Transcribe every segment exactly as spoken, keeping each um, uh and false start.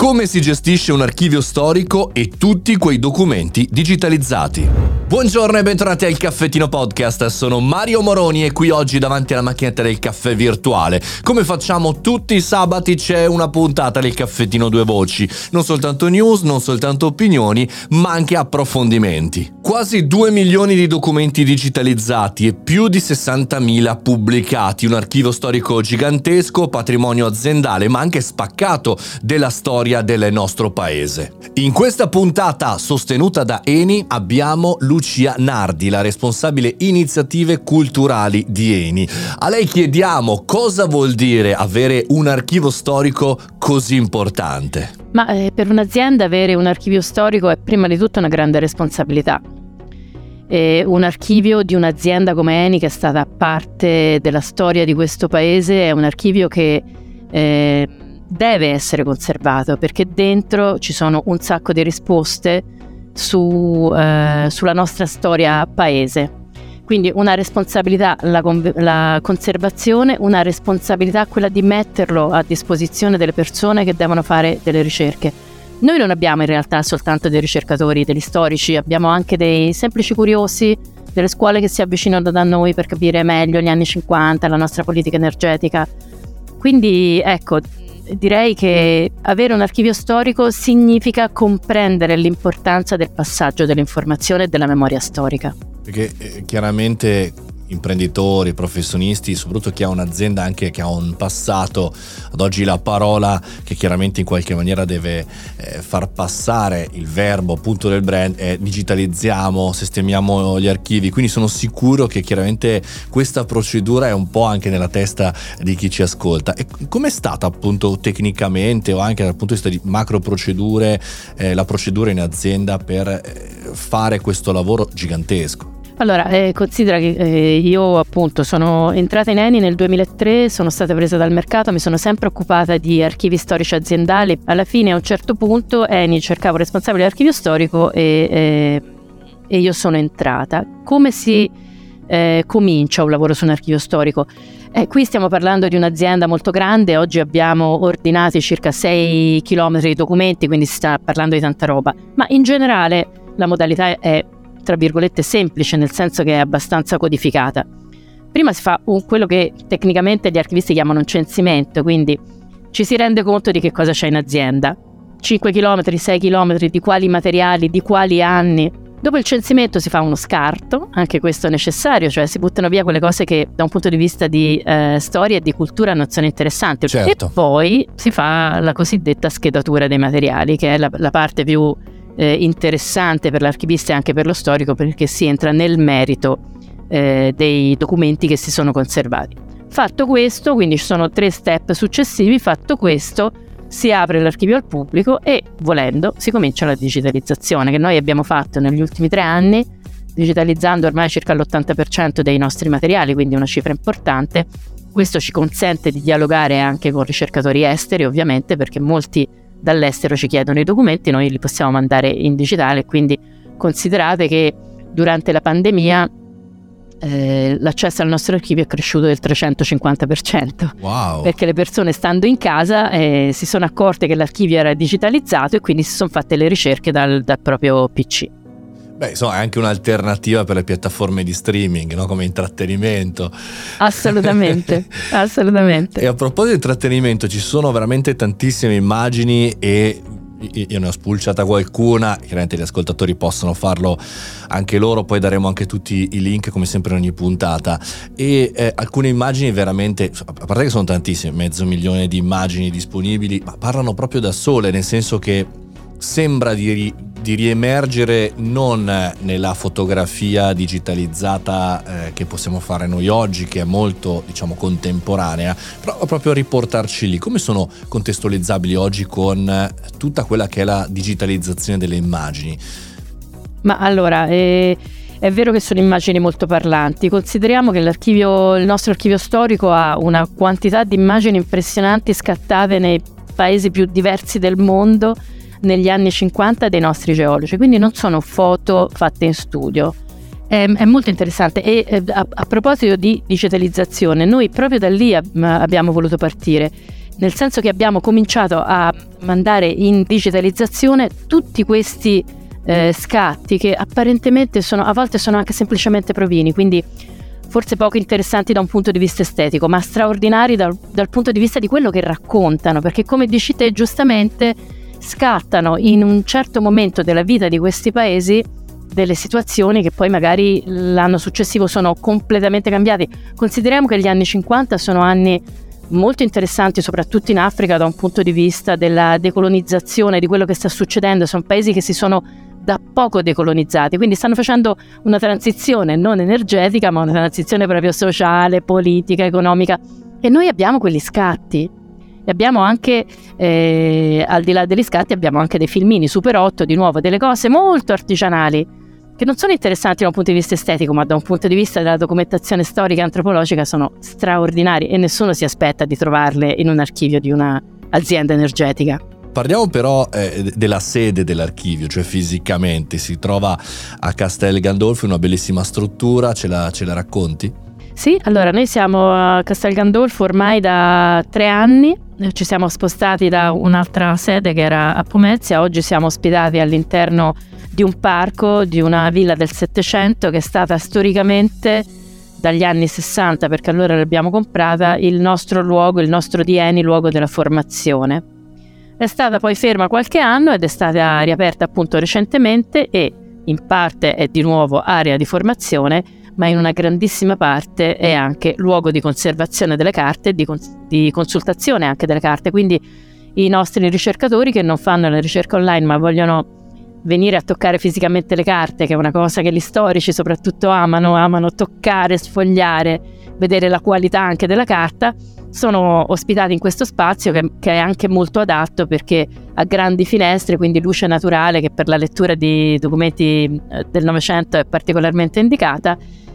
Come si gestisce un archivio storico e tutti quei documenti digitalizzati? Buongiorno e bentornati al Caffettino Podcast, sono Mario Moroni e qui oggi davanti alla macchinetta del caffè virtuale. Come facciamo tutti i sabati c'è una puntata del Caffettino Due Voci, non soltanto news, non soltanto opinioni, ma anche approfondimenti. Quasi due milioni di documenti digitalizzati e più di sessantamila pubblicati, un archivio storico gigantesco, patrimonio aziendale ma anche spaccato della storia del nostro paese. In questa puntata sostenuta da Eni abbiamo Lucia Nardi, la responsabile iniziative culturali di Eni. A lei chiediamo cosa vuol dire avere un archivio storico così importante. Ma eh, per un'azienda avere un archivio storico è prima di tutto una grande responsabilità. Eh, un archivio di un'azienda come Eni, che è stata parte della storia di questo paese, è un archivio che eh, deve essere conservato, perché dentro ci sono un sacco di risposte su, eh, sulla nostra storia paese. Quindi una responsabilità la, la conservazione, una responsabilità quella di metterlo a disposizione delle persone che devono fare delle ricerche. Noi non abbiamo in realtà soltanto dei ricercatori, degli storici, abbiamo anche dei semplici curiosi delle scuole che si avvicinano da noi per capire meglio gli anni cinquanta, la nostra politica energetica. Quindi ecco, direi che avere un archivio storico significa comprendere l'importanza del passaggio dell'informazione e della memoria storica. Perché eh, chiaramente imprenditori, professionisti, soprattutto chi ha un'azienda anche che ha un passato, ad oggi la parola che chiaramente in qualche maniera deve eh, far passare il verbo appunto del brand è digitalizziamo, sistemiamo gli archivi, quindi sono sicuro che chiaramente questa procedura è un po' anche nella testa di chi ci ascolta. E com'è stata appunto tecnicamente o anche dal punto di vista di macro procedure eh, la procedura in azienda per eh, fare questo lavoro gigantesco? Allora, eh, considera che eh, io appunto sono entrata in Eni nel duemilatré, sono stata presa dal mercato, mi sono sempre occupata di archivi storici aziendali. Alla fine a un certo punto Eni cercava un responsabile di archivio storico e, eh, e io sono entrata. Come si eh, comincia un lavoro su un archivio storico? Eh, qui stiamo parlando di un'azienda molto grande, oggi abbiamo ordinati circa sei chilometri di documenti, quindi si sta parlando di tanta roba, ma in generale la modalità è tra virgolette semplice, nel senso che è abbastanza codificata. Prima si fa un, quello che tecnicamente gli archivisti chiamano un censimento, quindi ci si rende conto di che cosa c'è in azienda, cinque chilometri, sei chilometri, di quali materiali, di quali anni. Dopo il censimento si fa uno scarto, anche questo è necessario, cioè si buttano via quelle cose che da un punto di vista di eh, storia e di cultura non sono interessanti. Certo. E poi si fa la cosiddetta schedatura dei materiali, che è la, la parte più Eh, interessante per l'archivista e anche per lo storico, perché si entra nel merito eh, dei documenti che si sono conservati. Fatto questo, quindi ci sono tre step successivi, fatto questo si apre l'archivio al pubblico e volendo si comincia la digitalizzazione, che noi abbiamo fatto negli ultimi tre anni, digitalizzando ormai circa l'ottanta per cento dei nostri materiali, quindi una cifra importante. Questo ci consente di dialogare anche con ricercatori esteri, ovviamente, perché molti dall'estero ci chiedono i documenti, noi li possiamo mandare in digitale, quindi considerate che durante la pandemia eh, l'accesso al nostro archivio è cresciuto del trecentocinquanta per cento. Wow. Perché le persone stando in casa eh, si sono accorte che l'archivio era digitalizzato e quindi si sono fatte le ricerche dal, dal proprio P C. Beh, insomma, è anche un'alternativa per le piattaforme di streaming, no? Come intrattenimento. Assolutamente, assolutamente. E a proposito di intrattenimento, ci sono veramente tantissime immagini e io ne ho spulciata qualcuna, chiaramente gli ascoltatori possono farlo anche loro, poi daremo anche tutti i link come sempre in ogni puntata. E eh, alcune immagini veramente, a parte che sono tantissime, mezzo milione di immagini disponibili, ma parlano proprio da sole, nel senso che sembra di, ri, di riemergere non nella fotografia digitalizzata eh, che possiamo fare noi oggi, che è molto, diciamo, contemporanea, però proprio riportarci lì. Come sono contestualizzabili oggi con tutta quella che è la digitalizzazione delle immagini? Ma allora, eh, è vero che sono immagini molto parlanti. Consideriamo che l'archivio, il nostro archivio storico ha una quantità di immagini impressionanti scattate nei paesi più diversi del mondo negli anni cinquanta dei nostri geologi, quindi non sono foto fatte in studio. È, è molto interessante e a, a proposito di digitalizzazione, noi proprio da lì ab- abbiamo voluto partire nel senso che abbiamo cominciato a mandare in digitalizzazione tutti questi eh, scatti che apparentemente sono, a volte sono anche semplicemente provini, quindi forse poco interessanti da un punto di vista estetico, ma straordinari dal, dal punto di vista di quello che raccontano, perché come dici te giustamente scattano in un certo momento della vita di questi paesi delle situazioni che poi magari l'anno successivo sono completamente cambiate. Consideriamo che gli anni cinquanta sono anni molto interessanti, soprattutto in Africa, da un punto di vista della decolonizzazione, di quello che sta succedendo. Sono paesi che si sono da poco decolonizzati, quindi stanno facendo una transizione non energetica, ma una transizione proprio sociale, politica, economica, e noi abbiamo quegli scatti. E abbiamo anche, eh, al di là degli scatti, abbiamo anche dei filmini Super otto, di nuovo, delle cose molto artigianali, che non sono interessanti da un punto di vista estetico, ma da un punto di vista della documentazione storica e antropologica sono straordinari, e nessuno si aspetta di trovarle in un archivio di una azienda energetica. Parliamo però eh, della sede dell'archivio, cioè fisicamente. Si trova a Castel Gandolfo, una bellissima struttura, ce la, ce la racconti? Sì, allora noi siamo a Castel Gandolfo ormai da tre anni, ci siamo spostati da un'altra sede che era a Pomezia, oggi siamo ospitati all'interno di un parco, di una villa del Settecento che è stata storicamente, dagli anni sessanta, perché allora l'abbiamo comprata, il nostro luogo, il nostro D N I, luogo della formazione. È stata poi ferma qualche anno ed è stata riaperta appunto recentemente, e in parte è di nuovo area di formazione, ma in una grandissima parte è anche luogo di conservazione delle carte e di, cons- di consultazione anche delle carte. Quindi i nostri ricercatori che non fanno la ricerca online ma vogliono venire a toccare fisicamente le carte, che è una cosa che gli storici soprattutto amano, amano toccare, sfogliare, vedere la qualità anche della carta, sono ospitati in questo spazio che, che è anche molto adatto perché ha grandi finestre, quindi luce naturale che per la lettura di documenti del Novecento è particolarmente indicata,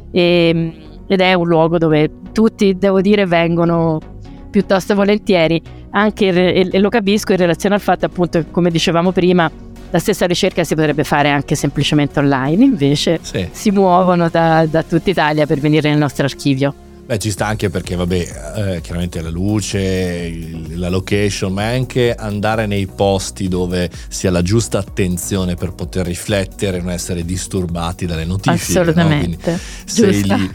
e, ed è un luogo dove tutti, devo dire, vengono piuttosto volentieri, anche e, e lo capisco in relazione al fatto appunto che, come dicevamo prima, la stessa ricerca si potrebbe fare anche semplicemente online, invece sì. si muovono da, da tutta Italia per venire nel nostro archivio. Beh, ci sta anche perché, vabbè, eh, chiaramente la luce, il, la location, ma anche andare nei posti dove si ha la giusta attenzione per poter riflettere e non essere disturbati dalle notifiche. Assolutamente, no? Sei lì,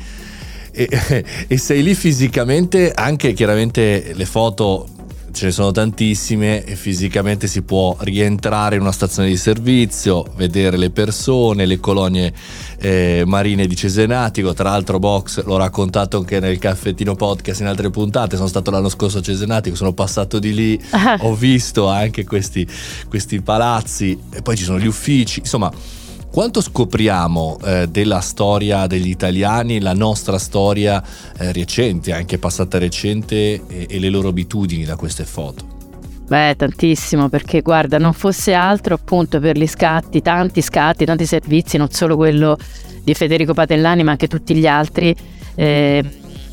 e, e sei lì fisicamente, anche chiaramente le foto ce ne sono tantissime e fisicamente si può rientrare in una stazione di servizio, vedere le persone, le colonie eh, marine di Cesenatico. Tra l'altro Box l'ho raccontato anche nel caffettino podcast in altre puntate, sono stato l'anno scorso a Cesenatico, sono passato di lì, ah. ho visto anche questi, questi palazzi, e poi ci sono gli uffici, insomma. Quanto scopriamo eh, della storia degli italiani, la nostra storia eh, recente, anche passata recente, e, e le loro abitudini da queste foto? Beh, tantissimo, perché guarda, non fosse altro appunto per gli scatti, tanti scatti, tanti servizi, non solo quello di Federico Patellani ma anche tutti gli altri eh,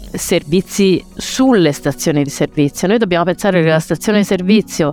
servizi sulle stazioni di servizio. Noi dobbiamo pensare che la stazione di servizio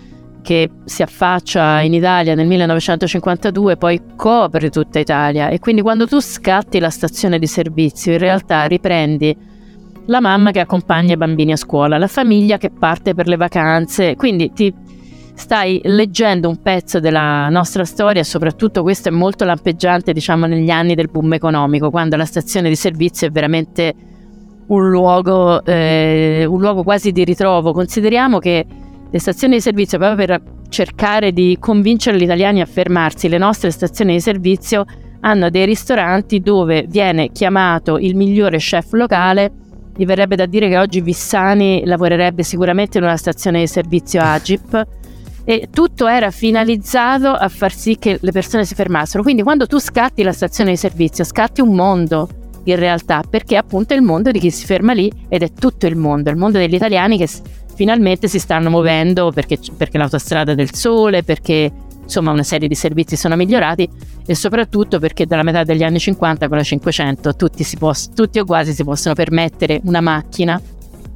che si affaccia in Italia nel millenovecentocinquantadue poi copre tutta Italia, e quindi quando tu scatti la stazione di servizio in realtà riprendi la mamma che accompagna i bambini a scuola, la famiglia che parte per le vacanze, quindi ti stai leggendo un pezzo della nostra storia, e soprattutto questo è molto lampeggiante, diciamo, negli anni del boom economico, quando la stazione di servizio è veramente un luogo, eh, un luogo quasi di ritrovo. Consideriamo che le stazioni di servizio, proprio per cercare di convincere gli italiani a fermarsi, le nostre stazioni di servizio hanno dei ristoranti dove viene chiamato il migliore chef locale. Mi verrebbe da dire che oggi Vissani lavorerebbe sicuramente in una stazione di servizio Agip, e tutto era finalizzato a far sì che le persone si fermassero. Quindi quando tu scatti la stazione di servizio, scatti un mondo in realtà, perché appunto è il mondo di chi si ferma lì, ed è tutto il mondo, il mondo degli italiani che finalmente si stanno muovendo perché, perché l'autostrada del sole, perché insomma una serie di servizi sono migliorati, e soprattutto perché dalla metà degli anni cinquanta con la cinquecento tutti, si poss- tutti o quasi si possono permettere una macchina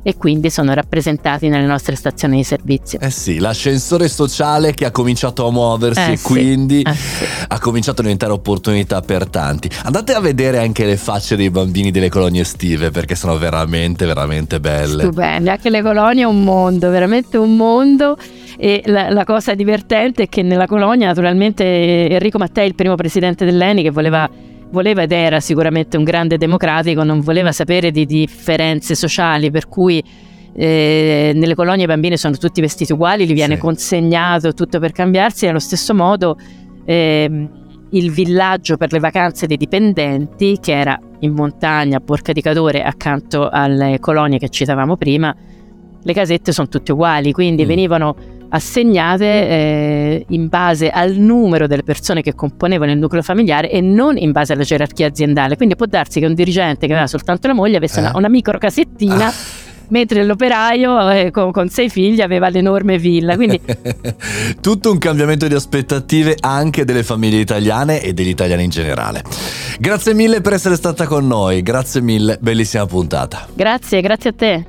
e quindi sono rappresentati nelle nostre stazioni di servizio. Eh sì, l'ascensore sociale che ha cominciato a muoversi Eh e sì, quindi eh sì. ha cominciato a diventare opportunità per tanti. Andate a vedere anche le facce dei bambini delle colonie estive, perché sono veramente veramente belle. Stupende, anche le colonie è un mondo, veramente un mondo. E la, la cosa divertente è che nella colonia naturalmente Enrico Mattei, il primo presidente dell'Eni, che voleva voleva ed era sicuramente un grande democratico, non voleva sapere di differenze sociali, per cui eh, nelle colonie i bambini sono tutti vestiti uguali, gli viene sì. consegnato tutto per cambiarsi, e allo stesso modo eh, il villaggio per le vacanze dei dipendenti, che era in montagna a Borca di Cadore accanto alle colonie che citavamo prima, le casette sono tutte uguali, quindi mm. venivano assegnate eh, in base al numero delle persone che componevano il nucleo familiare e non in base alla gerarchia aziendale. Quindi può darsi che un dirigente che aveva soltanto la moglie avesse eh? una, una micro casettina, ah. mentre l'operaio eh, con, con sei figli aveva l'enorme villa. Quindi tutto un cambiamento di aspettative anche delle famiglie italiane e degli italiani in generale. Grazie mille per essere stata con noi, grazie mille, bellissima puntata. Grazie, grazie a te.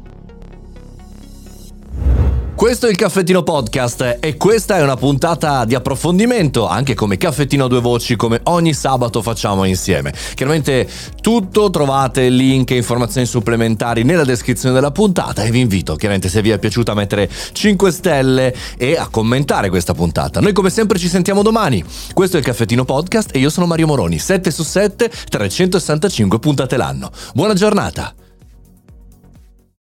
Questo è il Caffettino Podcast e questa è una puntata di approfondimento, anche come Caffettino a due voci, come ogni sabato facciamo insieme. Chiaramente tutto trovate link e informazioni supplementari nella descrizione della puntata e vi invito, chiaramente, se vi è piaciuta, a mettere cinque stelle e a commentare questa puntata. Noi come sempre ci sentiamo domani. Questo è il Caffettino Podcast e io sono Mario Moroni, sette su sette, trecentosessantacinque puntate l'anno. Buona giornata!